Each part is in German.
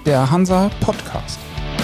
der Hansa Podcast.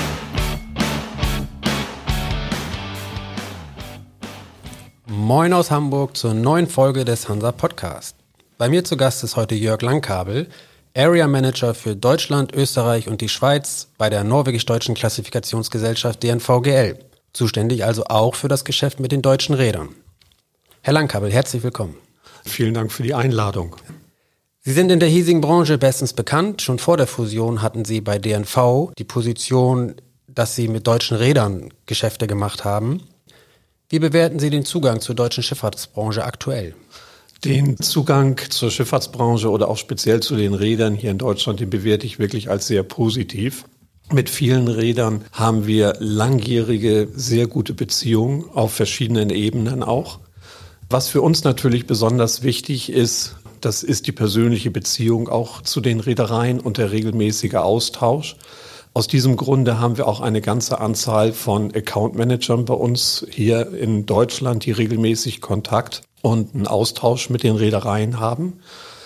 Moin aus Hamburg zur neuen Folge des Hansa Podcast. Bei mir zu Gast ist heute Jörg Langkabel, Area Manager für Deutschland, Österreich und die Schweiz bei der norwegisch-deutschen Klassifikationsgesellschaft DNVGL. Zuständig also auch für das Geschäft mit den deutschen Rädern. Herr Langkabel, herzlich willkommen. Vielen Dank für die Einladung. Sie sind in der hiesigen Branche bestens bekannt. Schon vor der Fusion hatten Sie bei DNV die Position, dass Sie mit deutschen Rädern Geschäfte gemacht haben. Wie bewerten Sie den Zugang zur deutschen Schifffahrtsbranche aktuell? Den Zugang zur Schifffahrtsbranche oder auch speziell zu den Rädern hier in Deutschland, den bewerte ich wirklich als sehr positiv. Mit vielen Rädern haben wir langjährige, sehr gute Beziehungen auf verschiedenen Ebenen auch. Was für uns natürlich besonders wichtig ist, das ist die persönliche Beziehung auch zu den Reedereien und der regelmäßige Austausch. Aus diesem Grunde haben wir auch eine ganze Anzahl von Account-Managern bei uns hier in Deutschland, die regelmäßig Kontakt und einen Austausch mit den Reedereien haben.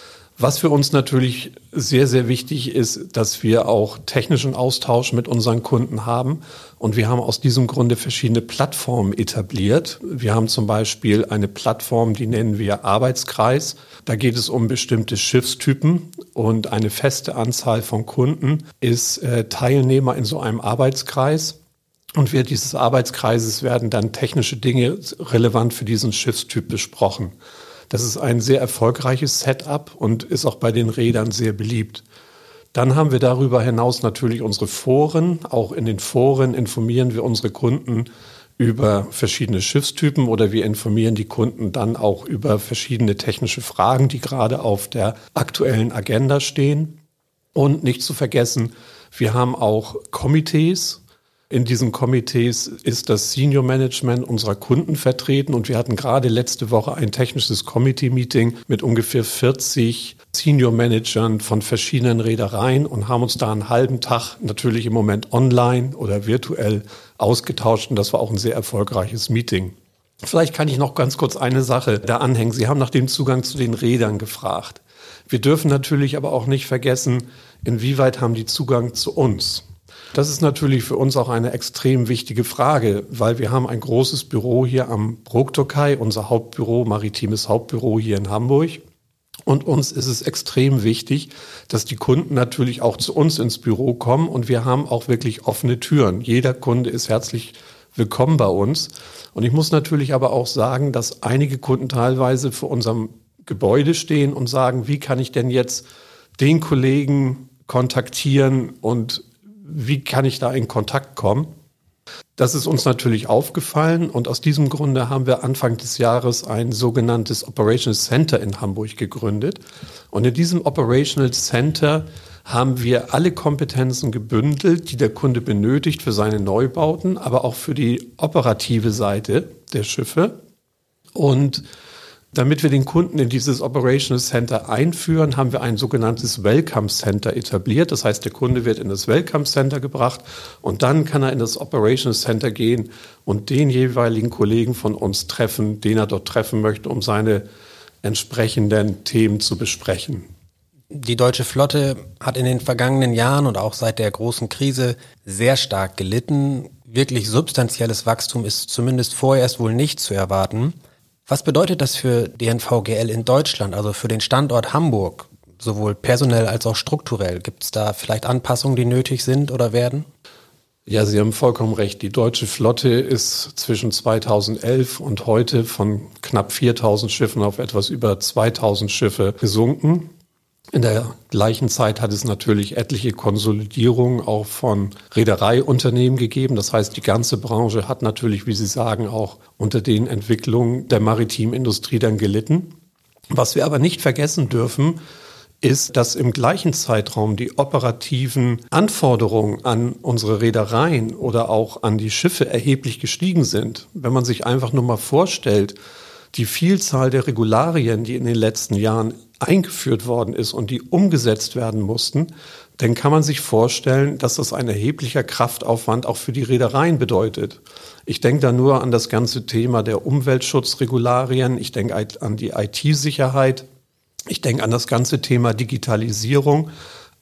Was für uns natürlich sehr, sehr wichtig ist, dass wir auch technischen Austausch mit unseren Kunden haben. Und wir haben aus diesem Grunde verschiedene Plattformen etabliert. Wir haben zum Beispiel eine Plattform, die nennen wir Arbeitskreis. Da geht es um bestimmte Schiffstypen und eine feste Anzahl von Kunden ist Teilnehmer in so einem Arbeitskreis. Und während dieses Arbeitskreises werden dann technische Dinge relevant für diesen Schiffstyp besprochen. Das ist ein sehr erfolgreiches Setup und ist auch bei den Rädern sehr beliebt. Dann haben wir darüber hinaus natürlich unsere Foren. Auch in den Foren informieren wir unsere Kunden über verschiedene Schiffstypen oder wir informieren die Kunden dann auch über verschiedene technische Fragen, die gerade auf der aktuellen Agenda stehen. Und nicht zu vergessen, wir haben auch Komitees. In diesen Komitees ist das Senior Management unserer Kunden vertreten und wir hatten gerade letzte Woche ein technisches Committee-Meeting mit ungefähr 40 Senior Managern von verschiedenen Reedereien und haben uns da einen halben Tag natürlich im Moment online oder virtuell ausgetauscht und das war auch ein sehr erfolgreiches Meeting. Vielleicht kann ich noch ganz kurz eine Sache da anhängen. Sie haben nach dem Zugang zu den Rädern gefragt. Wir dürfen natürlich aber auch nicht vergessen, inwieweit haben die Zugang zu uns. Das ist natürlich für uns auch eine extrem wichtige Frage, weil wir haben ein großes Büro hier am Broktokai, unser Hauptbüro, maritimes Hauptbüro hier in Hamburg. Und uns ist es extrem wichtig, dass die Kunden natürlich auch zu uns ins Büro kommen und wir haben auch wirklich offene Türen. Jeder Kunde ist herzlich willkommen bei uns. Und ich muss natürlich aber auch sagen, dass einige Kunden teilweise vor unserem Gebäude stehen und sagen, wie kann ich denn jetzt den Kollegen kontaktieren und wie kann ich da in Kontakt kommen? Das ist uns natürlich aufgefallen und aus diesem Grunde haben wir Anfang des Jahres ein sogenanntes Operational Center in Hamburg gegründet. Und in diesem Operational Center haben wir alle Kompetenzen gebündelt, die der Kunde benötigt für seine Neubauten, aber auch für die operative Seite der Schiffe. Und damit wir den Kunden in dieses Operational Center einführen, haben wir ein sogenanntes Welcome Center etabliert. Das heißt, der Kunde wird in das Welcome Center gebracht und dann kann er in das Operational Center gehen und den jeweiligen Kollegen von uns treffen, den er dort treffen möchte, um seine entsprechenden Themen zu besprechen. Die deutsche Flotte hat in den vergangenen Jahren und auch seit der großen Krise sehr stark gelitten. Wirklich substanzielles Wachstum ist zumindest vorerst wohl nicht zu erwarten. Was bedeutet das für DNVGL in Deutschland, also für den Standort Hamburg, sowohl personell als auch strukturell? Gibt es da vielleicht Anpassungen, die nötig sind oder werden? Ja, Sie haben vollkommen recht. Die deutsche Flotte ist zwischen 2011 und heute von knapp 4.000 Schiffen auf etwas über 2.000 Schiffe gesunken. In der gleichen Zeit hat es natürlich etliche Konsolidierungen auch von Reedereiunternehmen gegeben. Das heißt, die ganze Branche hat natürlich, wie Sie sagen, auch unter den Entwicklungen der maritimen Industrie dann gelitten. Was wir aber nicht vergessen dürfen, ist, dass im gleichen Zeitraum die operativen Anforderungen an unsere Reedereien oder auch an die Schiffe erheblich gestiegen sind. Wenn man sich einfach nur mal vorstellt, die Vielzahl der Regularien, die in den letzten Jahren eingeführt worden ist und die umgesetzt werden mussten, dann kann man sich vorstellen, dass das ein erheblicher Kraftaufwand auch für die Reedereien bedeutet. Ich denke da nur an das ganze Thema der Umweltschutzregularien, ich denke an die IT-Sicherheit, ich denke an das ganze Thema Digitalisierung.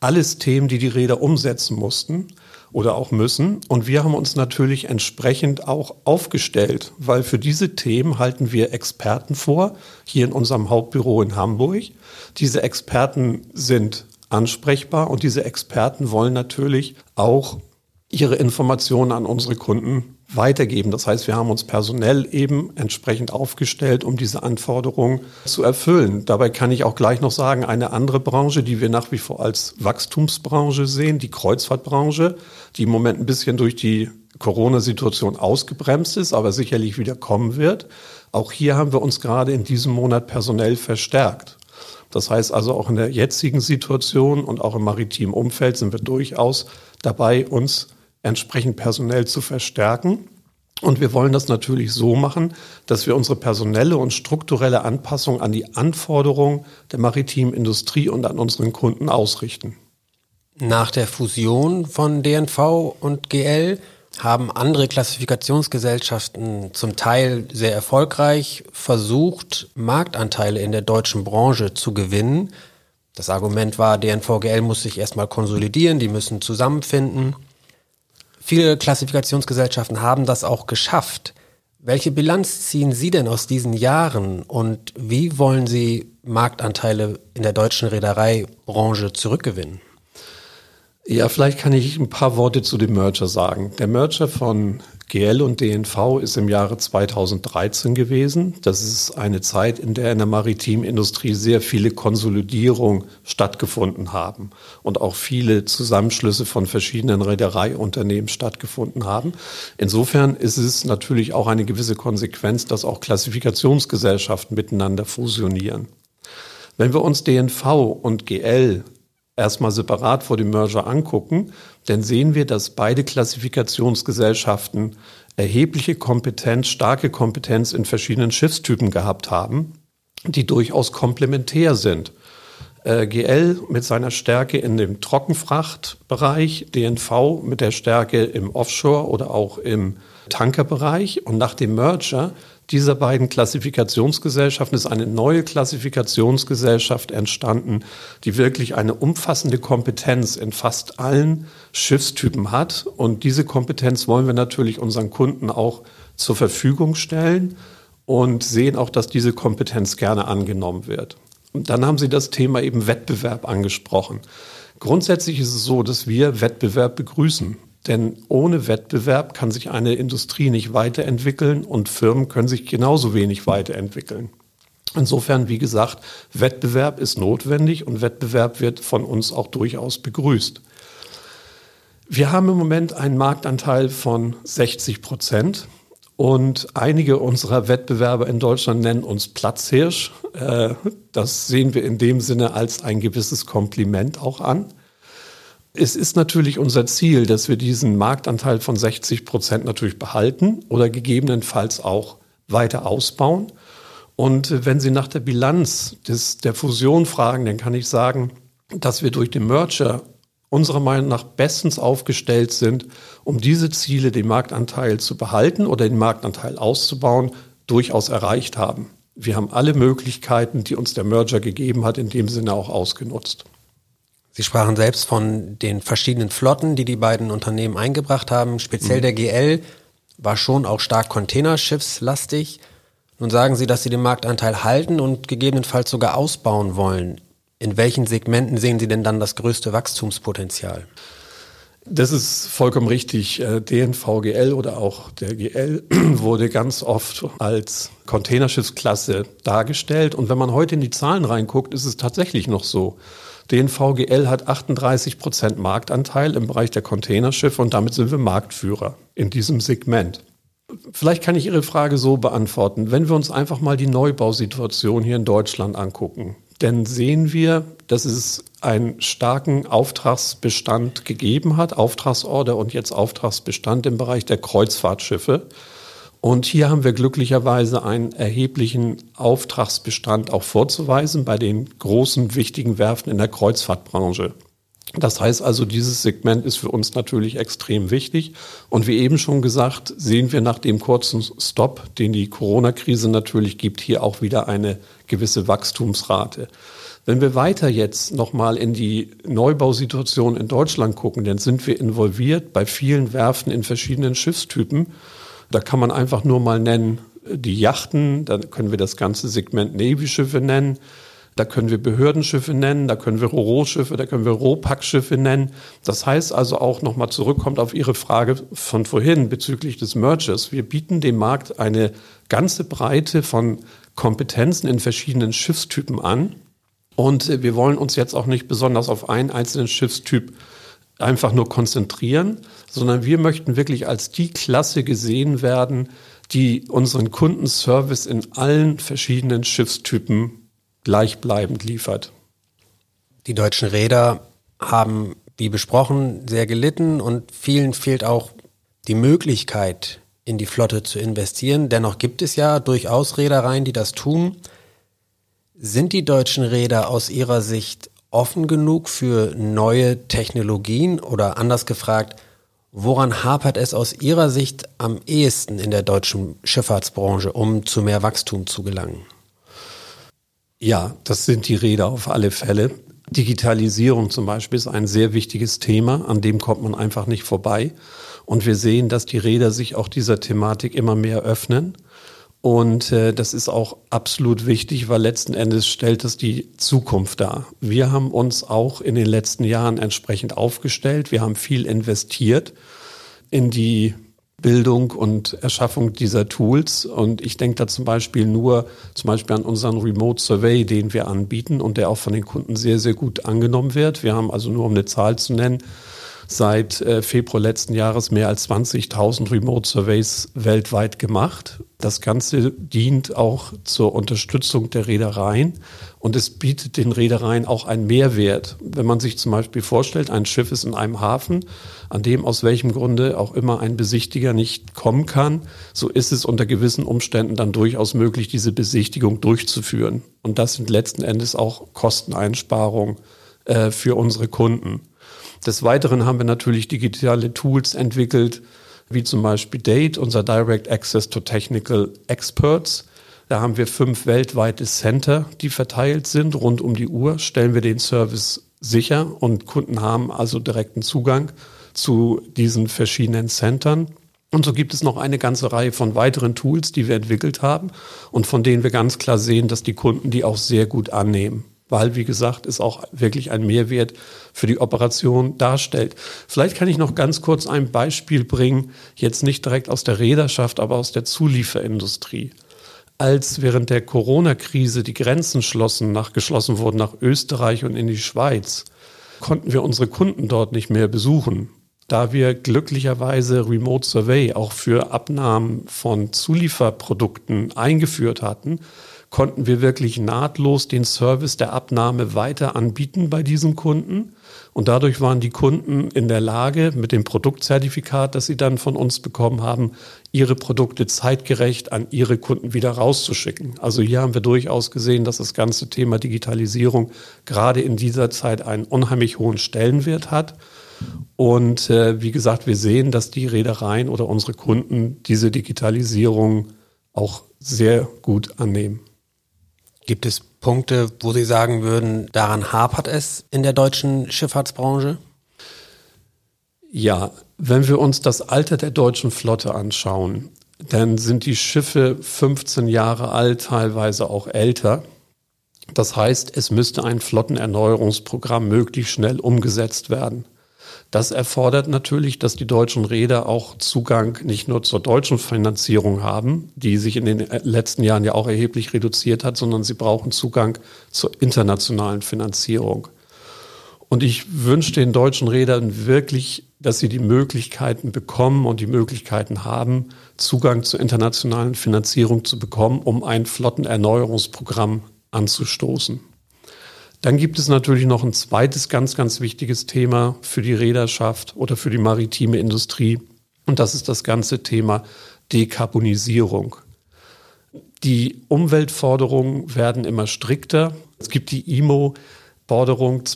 alles Themen, die Reeder umsetzen mussten oder auch müssen. Und wir haben uns natürlich entsprechend auch aufgestellt, weil für diese Themen halten wir Experten vor, hier in unserem Hauptbüro in Hamburg. Diese Experten sind ansprechbar und diese Experten wollen natürlich auch ihre Informationen an unsere Kunden weitergeben. Das heißt, wir haben uns personell eben entsprechend aufgestellt, um diese Anforderungen zu erfüllen. Dabei kann ich auch gleich noch sagen, eine andere Branche, die wir nach wie vor als Wachstumsbranche sehen, die Kreuzfahrtbranche, die im Moment ein bisschen durch die Corona-Situation ausgebremst ist, aber sicherlich wieder kommen wird. Auch hier haben wir uns gerade in diesem Monat personell verstärkt. Das heißt also, auch in der jetzigen Situation und auch im maritimen Umfeld sind wir durchaus dabei, uns entsprechend personell zu verstärken. Und wir wollen das natürlich so machen, dass wir unsere personelle und strukturelle Anpassung an die Anforderungen der maritimen Industrie und an unseren Kunden ausrichten. Nach der Fusion von DNV und GL haben andere Klassifikationsgesellschaften zum Teil sehr erfolgreich versucht, Marktanteile in der deutschen Branche zu gewinnen. Das Argument war, DNV-GL muss sich erstmal konsolidieren, die müssen zusammenfinden. Viele Klassifikationsgesellschaften haben das auch geschafft. Welche Bilanz ziehen Sie denn aus diesen Jahren und wie wollen Sie Marktanteile in der deutschen Reedereibranche zurückgewinnen? Ja, vielleicht kann ich ein paar Worte zu dem Merger sagen. Der Merger von GL und DNV ist im Jahre 2013 gewesen. Das ist eine Zeit, in der in der maritimen Industrie sehr viele Konsolidierungen stattgefunden haben und auch viele Zusammenschlüsse von verschiedenen Reedereiunternehmen stattgefunden haben. Insofern ist es natürlich auch eine gewisse Konsequenz, dass auch Klassifikationsgesellschaften miteinander fusionieren. Wenn wir uns DNV und GL erstmal separat vor dem Merger angucken, dann sehen wir, dass beide Klassifikationsgesellschaften erhebliche Kompetenz, starke Kompetenz in verschiedenen Schiffstypen gehabt haben, die durchaus komplementär sind. GL mit seiner Stärke in dem Trockenfrachtbereich, DNV mit der Stärke im Offshore- oder auch im Tankerbereich. Und nach dem Merger dieser beiden Klassifikationsgesellschaften ist eine neue Klassifikationsgesellschaft entstanden, die wirklich eine umfassende Kompetenz in fast allen Schiffstypen hat. Und diese Kompetenz wollen wir natürlich unseren Kunden auch zur Verfügung stellen und sehen auch, dass diese Kompetenz gerne angenommen wird. Und dann haben Sie das Thema eben Wettbewerb angesprochen. Grundsätzlich ist es so, dass wir Wettbewerb begrüßen. Denn ohne Wettbewerb kann sich eine Industrie nicht weiterentwickeln und Firmen können sich genauso wenig weiterentwickeln. Insofern, wie gesagt, Wettbewerb ist notwendig und Wettbewerb wird von uns auch durchaus begrüßt. Wir haben im Moment einen Marktanteil von 60% und einige unserer Wettbewerber in Deutschland nennen uns Platzhirsch. Das sehen wir in dem Sinne als ein gewisses Kompliment auch an. Es ist natürlich unser Ziel, dass wir diesen Marktanteil von 60% natürlich behalten oder gegebenenfalls auch weiter ausbauen. Und wenn Sie nach der Bilanz der Fusion fragen, dann kann ich sagen, dass wir durch den Merger unserer Meinung nach bestens aufgestellt sind, um diese Ziele, den Marktanteil zu behalten oder den Marktanteil auszubauen, durchaus erreicht haben. Wir haben alle Möglichkeiten, die uns der Merger gegeben hat, in dem Sinne auch ausgenutzt. Sie sprachen selbst von den verschiedenen Flotten, die beiden Unternehmen eingebracht haben. Speziell der GL war schon auch stark containerschiffslastig. Nun sagen Sie, dass Sie den Marktanteil halten und gegebenenfalls sogar ausbauen wollen. In welchen Segmenten sehen Sie denn dann das größte Wachstumspotenzial? Das ist vollkommen richtig. DNV GL oder auch der GL wurde ganz oft als Containerschiffsklasse dargestellt. Und wenn man heute in die Zahlen reinguckt, ist es tatsächlich noch so. DNV GL hat 38% Marktanteil im Bereich der Containerschiffe und damit sind wir Marktführer in diesem Segment. Vielleicht kann ich Ihre Frage so beantworten. Wenn wir uns einfach mal die Neubausituation hier in Deutschland angucken, dann sehen wir, dass es einen starken Auftragsbestand gegeben hat, Auftragsorder und jetzt Auftragsbestand im Bereich der Kreuzfahrtschiffe. Und hier haben wir glücklicherweise einen erheblichen Auftragsbestand auch vorzuweisen bei den großen, wichtigen Werften in der Kreuzfahrtbranche. Das heißt also, dieses Segment ist für uns natürlich extrem wichtig. Und wie eben schon gesagt, sehen wir nach dem kurzen Stopp, den die Corona-Krise natürlich gibt, hier auch wieder eine gewisse Wachstumsrate. Wenn wir weiter jetzt nochmal in die Neubausituation in Deutschland gucken, dann sind wir involviert bei vielen Werften in verschiedenen Schiffstypen. Da kann man einfach nur mal nennen die Yachten, dann können wir das ganze Segment Navy-Schiffe nennen. Da können wir Behördenschiffe nennen, da können wir Ro-Ro-Schiffe, da können wir Ro-Pack-Schiffe nennen. Das heißt also auch nochmal zurückkommt auf Ihre Frage von vorhin bezüglich des Mergers. Wir bieten dem Markt eine ganze Breite von Kompetenzen in verschiedenen Schiffstypen an. Und wir wollen uns jetzt auch nicht besonders auf einen einzelnen Schiffstyp einfach nur konzentrieren, sondern wir möchten wirklich als die Klasse gesehen werden, die unseren Kundenservice in allen verschiedenen Schiffstypen gleichbleibend liefert. Die deutschen Reeder haben, wie besprochen, sehr gelitten und vielen fehlt auch die Möglichkeit, in die Flotte zu investieren. Dennoch gibt es ja durchaus Reedereien, die das tun. Sind die deutschen Reeder aus Ihrer Sicht offen genug für neue Technologien oder anders gefragt, woran hapert es aus Ihrer Sicht am ehesten in der deutschen Schifffahrtsbranche, um zu mehr Wachstum zu gelangen? Ja, das sind die Reeder auf alle Fälle. Digitalisierung zum Beispiel ist ein sehr wichtiges Thema, an dem kommt man einfach nicht vorbei. Und wir sehen, dass die Reeder sich auch dieser Thematik immer mehr öffnen. Und das ist auch absolut wichtig, weil letzten Endes stellt es die Zukunft dar. Wir haben uns auch in den letzten Jahren entsprechend aufgestellt. Wir haben viel investiert in die Bildung und Erschaffung dieser Tools. Und ich denke da zum Beispiel an unseren Remote Survey, den wir anbieten und der auch von den Kunden sehr, sehr gut angenommen wird. Wir haben also, nur um eine Zahl zu nennen, seit Februar letzten Jahres mehr als 20.000 Remote Surveys weltweit gemacht. Das Ganze dient auch zur Unterstützung der Reedereien und es bietet den Reedereien auch einen Mehrwert. Wenn man sich zum Beispiel vorstellt, ein Schiff ist in einem Hafen, an dem aus welchem Grunde auch immer ein Besichtiger nicht kommen kann, so ist es unter gewissen Umständen dann durchaus möglich, diese Besichtigung durchzuführen. Und das sind letzten Endes auch Kosteneinsparungen für unsere Kunden. Des Weiteren haben wir natürlich digitale Tools entwickelt, wie zum Beispiel DATE, unser Direct Access to Technical Experts. Da haben wir 5 weltweite Center, die verteilt sind. Rund um die Uhr stellen wir den Service sicher und Kunden haben also direkten Zugang zu diesen verschiedenen Centern. Und so gibt es noch eine ganze Reihe von weiteren Tools, die wir entwickelt haben und von denen wir ganz klar sehen, dass die Kunden die auch sehr gut annehmen. Weil, wie gesagt, es auch wirklich ein Mehrwert für die Operation darstellt. Vielleicht kann ich noch ganz kurz ein Beispiel bringen, jetzt nicht direkt aus der Reederschaft, aber aus der Zulieferindustrie. Als während der Corona-Krise die Grenzen geschlossen wurden nach Österreich und in die Schweiz, konnten wir unsere Kunden dort nicht mehr besuchen. Da wir glücklicherweise Remote Survey auch für Abnahmen von Zulieferprodukten eingeführt hatten, konnten wir wirklich nahtlos den Service der Abnahme weiter anbieten bei diesen Kunden. Und dadurch waren die Kunden in der Lage, mit dem Produktzertifikat, das sie dann von uns bekommen haben, ihre Produkte zeitgerecht an ihre Kunden wieder rauszuschicken. Also hier haben wir durchaus gesehen, dass das ganze Thema Digitalisierung gerade in dieser Zeit einen unheimlich hohen Stellenwert hat. Und wie gesagt, wir sehen, dass die Reedereien oder unsere Kunden diese Digitalisierung auch sehr gut annehmen. Gibt es Punkte, wo Sie sagen würden, daran hapert es in der deutschen Schifffahrtsbranche? Ja, wenn wir uns das Alter der deutschen Flotte anschauen, dann sind die Schiffe 15 Jahre alt, teilweise auch älter. Das heißt, es müsste ein Flottenerneuerungsprogramm möglichst schnell umgesetzt werden. Das erfordert natürlich, dass die deutschen Reeder auch Zugang nicht nur zur deutschen Finanzierung haben, die sich in den letzten Jahren ja auch erheblich reduziert hat, sondern sie brauchen Zugang zur internationalen Finanzierung. Und ich wünsche den deutschen Reedern wirklich, dass sie die Möglichkeiten bekommen und die Möglichkeiten haben, Zugang zur internationalen Finanzierung zu bekommen, um ein Flottenerneuerungsprogramm anzustoßen. Dann gibt es natürlich noch ein zweites ganz, ganz wichtiges Thema für die Reederschaft oder für die maritime Industrie. Und das ist das ganze Thema Dekarbonisierung. Die Umweltforderungen werden immer strikter. Es gibt die IMO, Forderung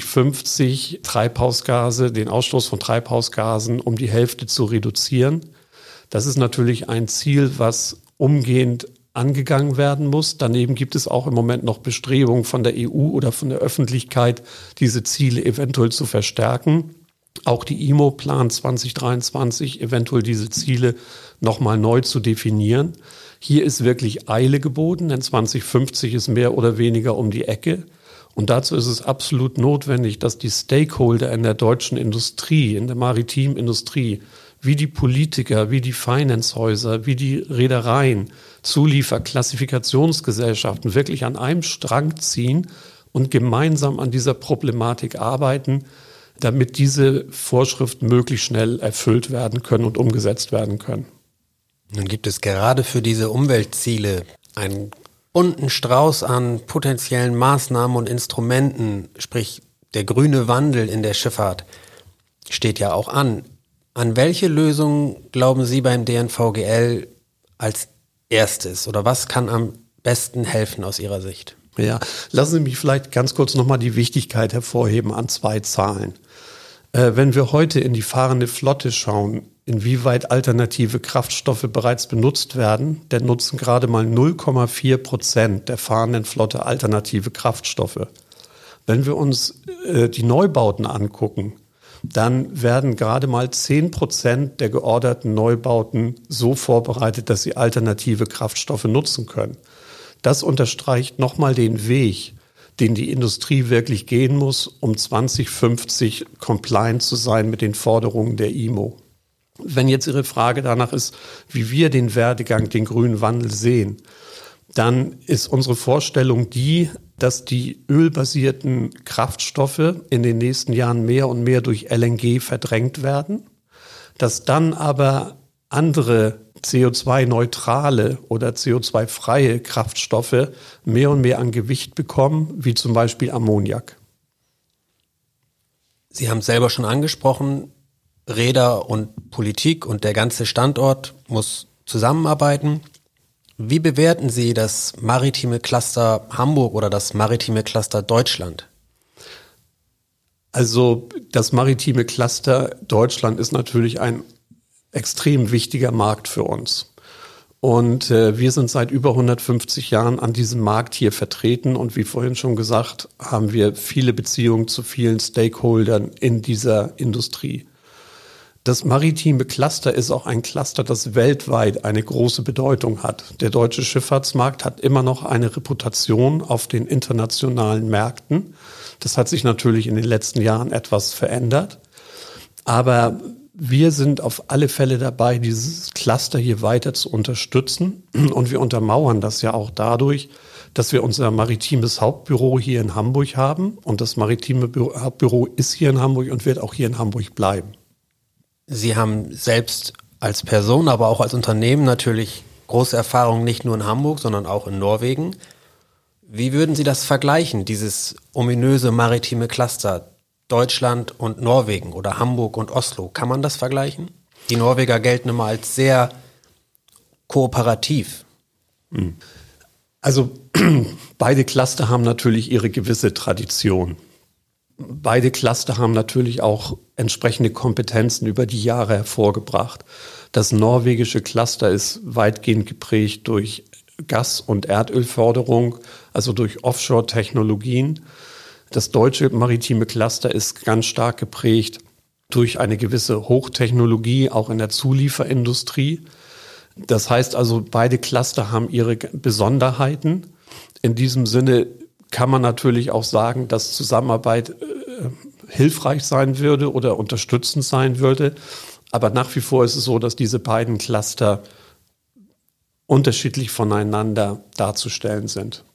2050 Treibhausgase, den Ausstoß von Treibhausgasen um die Hälfte zu reduzieren. Das ist natürlich ein Ziel, was umgehend angegangen werden muss. Daneben gibt es auch im Moment noch Bestrebungen von der EU oder von der Öffentlichkeit, diese Ziele eventuell zu verstärken. Auch die IMO plant 2023 eventuell diese Ziele nochmal neu zu definieren. Hier ist wirklich Eile geboten, denn 2050 ist mehr oder weniger um die Ecke. Und dazu ist es absolut notwendig, dass die Stakeholder in der deutschen Industrie, in der maritimen Industrie, wie die Politiker, wie die Finanzhäuser, wie die Reedereien, Zuliefer, Klassifikationsgesellschaften wirklich an einem Strang ziehen und gemeinsam an dieser Problematik arbeiten, damit diese Vorschriften möglichst schnell erfüllt werden können und umgesetzt werden können. Nun gibt es gerade für diese Umweltziele einen bunten Strauß an potenziellen Maßnahmen und Instrumenten, sprich der grüne Wandel in der Schifffahrt steht ja auch an. An welche Lösung glauben Sie beim DNVGL als erstes oder was kann am besten helfen aus Ihrer Sicht? Ja, lassen Sie mich vielleicht ganz kurz nochmal die Wichtigkeit hervorheben an 2 Zahlen. Wenn wir heute in die fahrende Flotte schauen, inwieweit alternative Kraftstoffe bereits benutzt werden, dann nutzen gerade mal 0,4% der fahrenden Flotte alternative Kraftstoffe. Wenn wir uns die Neubauten angucken, dann werden gerade mal 10% der georderten Neubauten so vorbereitet, dass sie alternative Kraftstoffe nutzen können. Das unterstreicht nochmal den Weg, den die Industrie wirklich gehen muss, um 2050 compliant zu sein mit den Forderungen der IMO. Wenn jetzt Ihre Frage danach ist, wie wir den Werdegang, den grünen Wandel sehen, dann ist unsere Vorstellung die, dass die ölbasierten Kraftstoffe in den nächsten Jahren mehr und mehr durch LNG verdrängt werden, dass dann aber andere CO2-neutrale oder CO2-freie Kraftstoffe mehr und mehr an Gewicht bekommen, wie zum Beispiel Ammoniak. Sie haben es selber schon angesprochen, Räder und Politik und der ganze Standort muss zusammenarbeiten. Wie bewerten Sie das maritime Cluster Hamburg oder das maritime Cluster Deutschland? Also das maritime Cluster Deutschland ist natürlich ein extrem wichtiger Markt für uns. Und wir sind seit über 150 Jahren an diesem Markt hier vertreten. Und wie vorhin schon gesagt, haben wir viele Beziehungen zu vielen Stakeholdern in dieser Industrie. Das maritime Cluster ist auch ein Cluster, das weltweit eine große Bedeutung hat. Der deutsche Schifffahrtsmarkt hat immer noch eine Reputation auf den internationalen Märkten. Das hat sich natürlich in den letzten Jahren etwas verändert. Aber wir sind auf alle Fälle dabei, dieses Cluster hier weiter zu unterstützen. Und wir untermauern das ja auch dadurch, dass wir unser maritimes Hauptbüro hier in Hamburg haben. Und das maritime Hauptbüro ist hier in Hamburg und wird auch hier in Hamburg bleiben. Sie haben selbst als Person, aber auch als Unternehmen natürlich große Erfahrungen nicht nur in Hamburg, sondern auch in Norwegen. Wie würden Sie das vergleichen, dieses ominöse maritime Cluster Deutschland und Norwegen oder Hamburg und Oslo? Kann man das vergleichen? Die Norweger gelten immer als sehr kooperativ. Also beide Cluster haben natürlich ihre gewisse Tradition. Beide Cluster haben natürlich auch entsprechende Kompetenzen über die Jahre hervorgebracht. Das norwegische Cluster ist weitgehend geprägt durch Gas- und Erdölförderung, also durch Offshore-Technologien. Das deutsche maritime Cluster ist ganz stark geprägt durch eine gewisse Hochtechnologie, auch in der Zulieferindustrie. Das heißt also, beide Cluster haben ihre Besonderheiten. In diesem Sinne kann man natürlich auch sagen, dass Zusammenarbeit hilfreich sein würde oder unterstützend sein würde. Aber nach wie vor ist es so, dass diese beiden Cluster unterschiedlich voneinander darzustellen sind.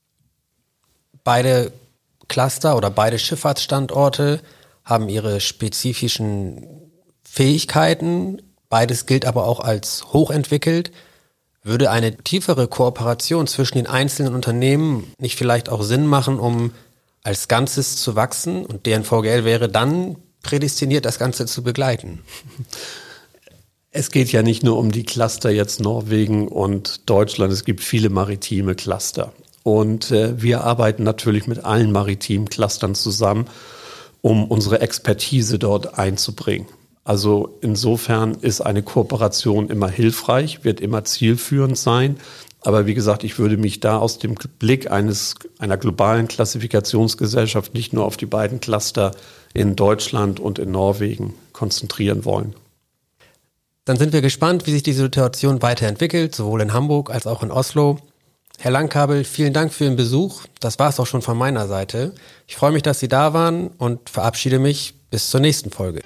Beide Cluster oder beide Schifffahrtsstandorte haben ihre spezifischen Fähigkeiten. Beides gilt aber auch als hochentwickelt. Würde eine tiefere Kooperation zwischen den einzelnen Unternehmen nicht vielleicht auch Sinn machen, um als Ganzes zu wachsen? Und DNVGL wäre dann prädestiniert, das Ganze zu begleiten. Es geht ja nicht nur um die Cluster jetzt Norwegen und Deutschland. Es gibt viele maritime Cluster. Und wir arbeiten natürlich mit allen maritimen Clustern zusammen, um unsere Expertise dort einzubringen. Also insofern ist eine Kooperation immer hilfreich, wird immer zielführend sein. Aber wie gesagt, ich würde mich da aus dem Blick einer globalen Klassifikationsgesellschaft nicht nur auf die beiden Cluster in Deutschland und in Norwegen konzentrieren wollen. Dann sind wir gespannt, wie sich die Situation weiterentwickelt, sowohl in Hamburg als auch in Oslo. Herr Langkabel, vielen Dank für den Besuch. Das war es auch schon von meiner Seite. Ich freue mich, dass Sie da waren und verabschiede mich bis zur nächsten Folge.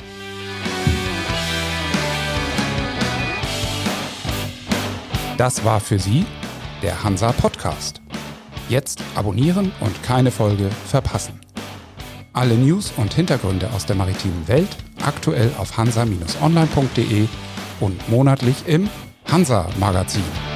Das war für Sie der Hansa Podcast. Jetzt abonnieren und keine Folge verpassen. Alle News und Hintergründe aus der maritimen Welt aktuell auf hansa-online.de und monatlich im Hansa Magazin.